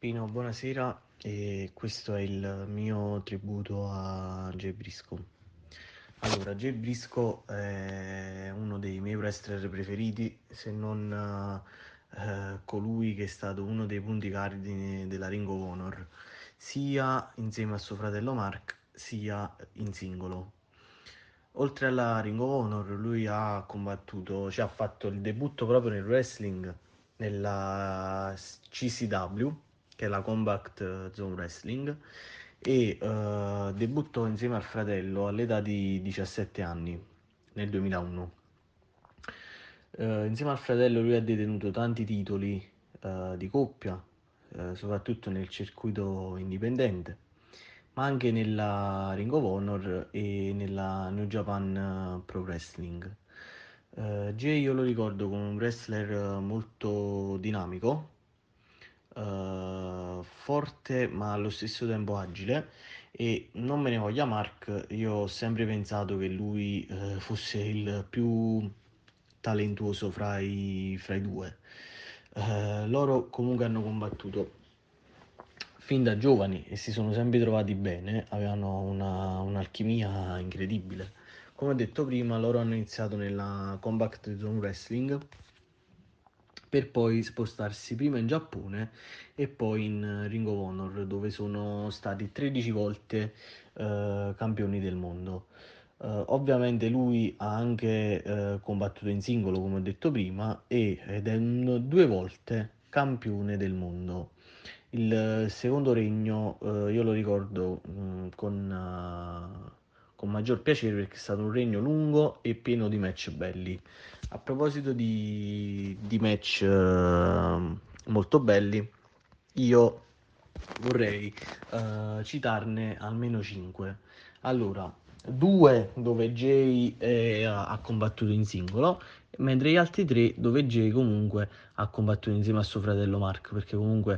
Pino, buonasera e questo è il mio tributo a Jay Briscoe. Allora, Jay Briscoe è uno dei miei wrestler preferiti, se non colui che è stato uno dei punti cardine della Ring of Honor, sia insieme a suo fratello Mark, sia in singolo. Oltre alla Ring of Honor, lui ha combattuto, cioè ha fatto il debutto proprio nel wrestling nella CCW, che è la Combat Zone Wrestling, e debuttò insieme al fratello all'età di 17 anni, nel 2001. Insieme al fratello lui ha detenuto tanti titoli di coppia, soprattutto nel circuito indipendente, ma anche nella Ring of Honor e nella New Japan Pro Wrestling. Jay io lo ricordo come un wrestler molto dinamico, forte ma allo stesso tempo agile, e non me ne voglia Mark, io ho sempre pensato che lui fosse il più talentuoso fra i due. Loro comunque hanno combattuto fin da giovani e si sono sempre trovati bene, avevano un'alchimia incredibile. Come ho detto prima, loro hanno iniziato nella Combat Zone Wrestling per poi spostarsi prima in Giappone e poi in Ring of Honor, dove sono stati 13 volte campioni del mondo. Ovviamente lui ha anche combattuto in singolo, come ho detto prima, ed è due volte campione del mondo. Il secondo regno io lo ricordo con maggior piacere perché è stato un regno lungo e pieno di match belli. A proposito di match molto belli, io vorrei citarne almeno 5. Allora, due dove Jay ha combattuto in singolo, mentre gli altri tre dove Jay comunque ha combattuto insieme a suo fratello Mark, perché comunque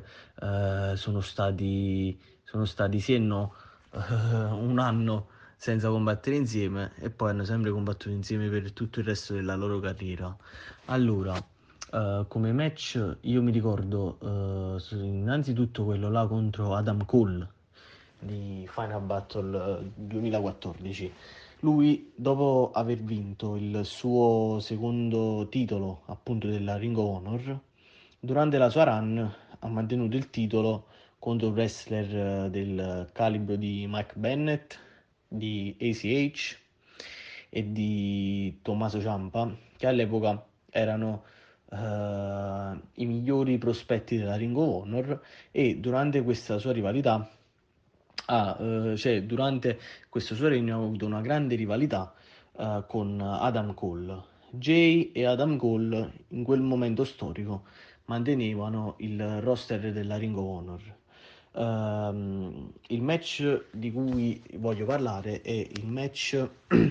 sono stati sì e no un anno senza combattere insieme e poi hanno sempre combattuto insieme per tutto il resto della loro carriera. Allora, come match io mi ricordo innanzitutto quello là contro Adam Cole di Final Battle 2014. Lui, dopo aver vinto il suo secondo titolo, appunto della Ring of Honor, durante la sua run ha mantenuto il titolo contro un wrestler del calibro di Mike Bennett, di ACH e di Tommaso Ciampa, che all'epoca erano i migliori prospetti della Ring of Honor, e durante questa sua rivalità cioè durante questo suo regno ha avuto una grande rivalità con Adam Cole. Jay e Adam Cole in quel momento storico mantenevano il roster della Ring of Honor. Il match di cui voglio parlare è il match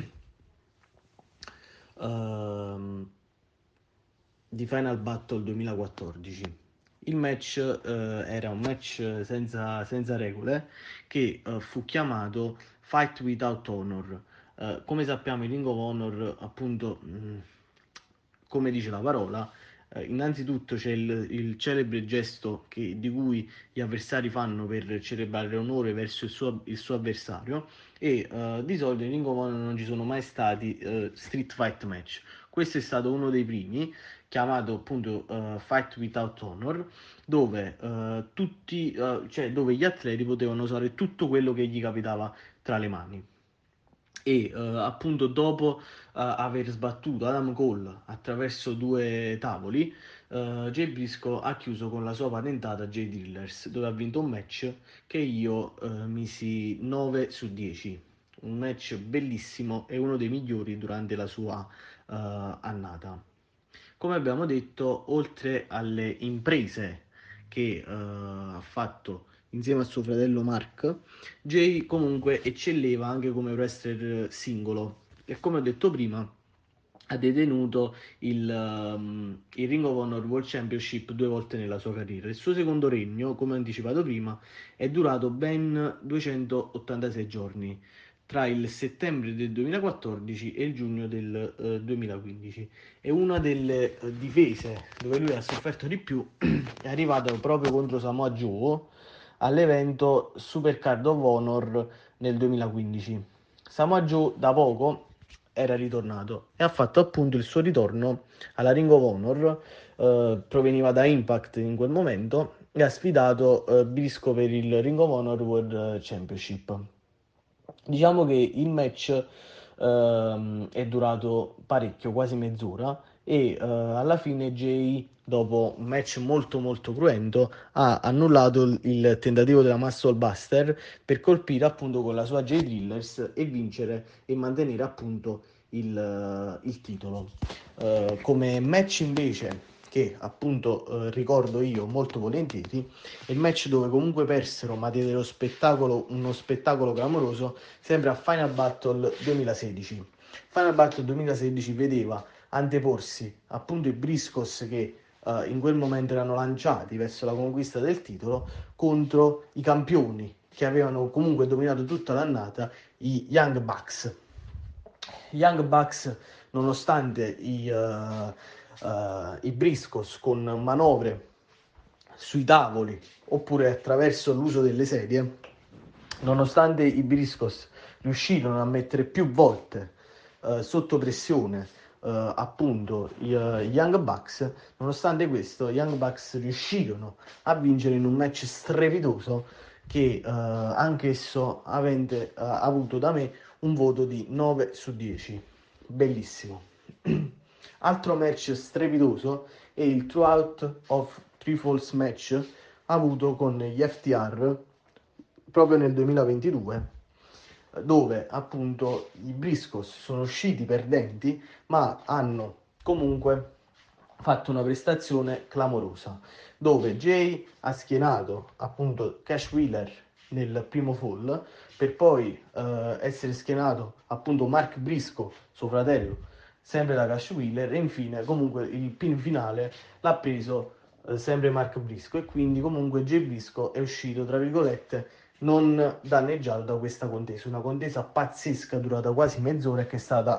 ehm, di Final Battle 2014. Il match era un match senza regole che fu chiamato Fight Without Honor. Come sappiamo in Ring of Honor, appunto, come dice la parola, innanzitutto c'è il celebre gesto di cui gli avversari fanno per celebrare onore verso il suo avversario, e di solito in Ring of Honor non ci sono mai stati street fight match. Questo è stato uno dei primi, chiamato appunto Fight Without Honor, dove cioè dove gli atleti potevano usare tutto quello che gli capitava tra le mani. E appunto dopo aver sbattuto Adam Cole attraverso due tavoli, Jay Briscoe ha chiuso con la sua patentata Jay Drillers, dove ha vinto un match che io misi 9 su 10. Un match bellissimo e uno dei migliori durante la sua annata. Come abbiamo detto, oltre alle imprese che ha fatto insieme a suo fratello Mark, Jay comunque eccelleva anche come wrestler singolo, e come ho detto prima ha detenuto il Ring of Honor World Championship due volte nella sua carriera. Il suo secondo regno, come anticipato prima, è durato ben 286 giorni, tra il settembre del 2014 e il giugno del 2015, e una delle difese dove lui ha sofferto di più è arrivata proprio contro Samoa Joe all'evento Supercard of Honor nel 2015. Samoa Joe da poco era ritornato e ha fatto appunto il suo ritorno alla Ring of Honor, proveniva da Impact in quel momento e ha sfidato Briscoe per il Ring of Honor World Championship. Diciamo che il match è durato parecchio, quasi mezz'ora, e alla fine Jay, dopo un match molto molto cruento, ha annullato il tentativo della Muscle Buster per colpire appunto con la sua J-Drillers e vincere e mantenere appunto il titolo. Come match invece che appunto ricordo io molto volentieri, è il match dove comunque persero, ma diede uno spettacolo clamoroso, sempre a Final Battle 2016. Final Battle 2016 vedeva anteporsi appunto i Briscoes che in quel momento erano lanciati verso la conquista del titolo contro i campioni che avevano comunque dominato tutta l'annata, i Young Bucks. I Young Bucks, nonostante i Briscoes con manovre sui tavoli oppure attraverso l'uso delle sedie, nonostante i Briscoes riuscirono a mettere più volte sotto pressione appunto i Young Bucks, nonostante questo i Young Bucks riuscirono a vincere in un match strepitoso che anch'esso avente avuto da me un voto di 9 su 10. Bellissimo. Altro match strepitoso è il Throughout of Three Falls match avuto con gli FTR proprio nel 2022, dove appunto i Briscoes sono usciti perdenti ma hanno comunque fatto una prestazione clamorosa, dove Jay ha schienato appunto Cash Wheeler nel primo fall per poi essere schienato appunto Mark Briscoe, suo fratello, sempre da Cash Wheeler, e infine comunque il pin finale l'ha preso sempre Mark Briscoe, e quindi comunque Jay Briscoe è uscito tra virgolette non danneggiato da questa contesa, una contesa pazzesca durata quasi mezz'ora e che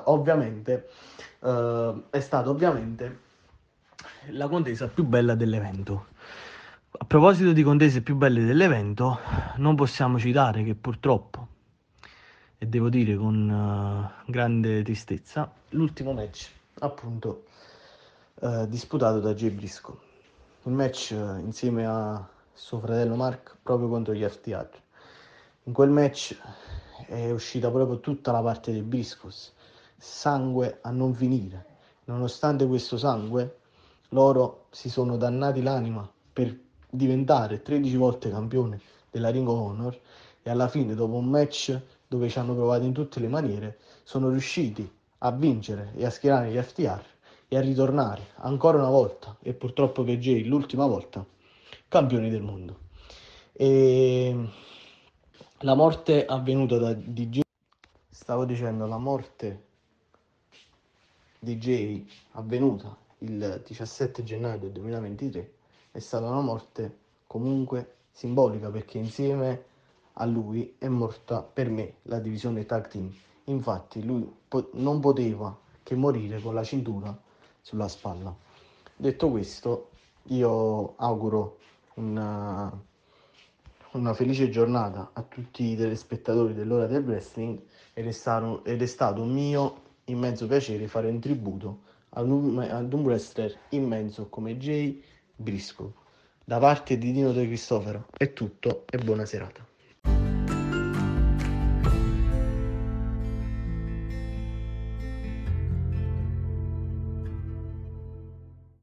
è stata ovviamente la contesa più bella dell'evento. A proposito di contese più belle dell'evento, non possiamo citare che purtroppo, e devo dire con grande tristezza, l'ultimo match appunto disputato da Jay Briscoe. Il match insieme a suo fratello Mark proprio contro gli FTR. In quel match è uscita proprio tutta la parte dei Briscoes, sangue a non finire. Nonostante questo sangue, loro si sono dannati l'anima per diventare 13 volte campione della Ring of Honor, e alla fine, dopo un match dove ci hanno provato in tutte le maniere, sono riusciti a vincere e a schierare gli FTR e a ritornare ancora una volta, e purtroppo per Jay l'ultima volta, campioni del mondo. E la morte avvenuta di Jay, stavo dicendo, la morte di Jay avvenuta il 17 gennaio del 2023 è stata una morte comunque simbolica, perché insieme a lui è morta per me la divisione tag team. Infatti lui non poteva che morire con la cintura sulla spalla. Detto questo, io auguro una felice giornata a tutti i telespettatori dell'Ora del Wrestling, ed è stato un mio immenso piacere fare un tributo ad un wrestler immenso come Jay Briscoe. Da parte di Dino De Cristofaro è tutto e buona serata.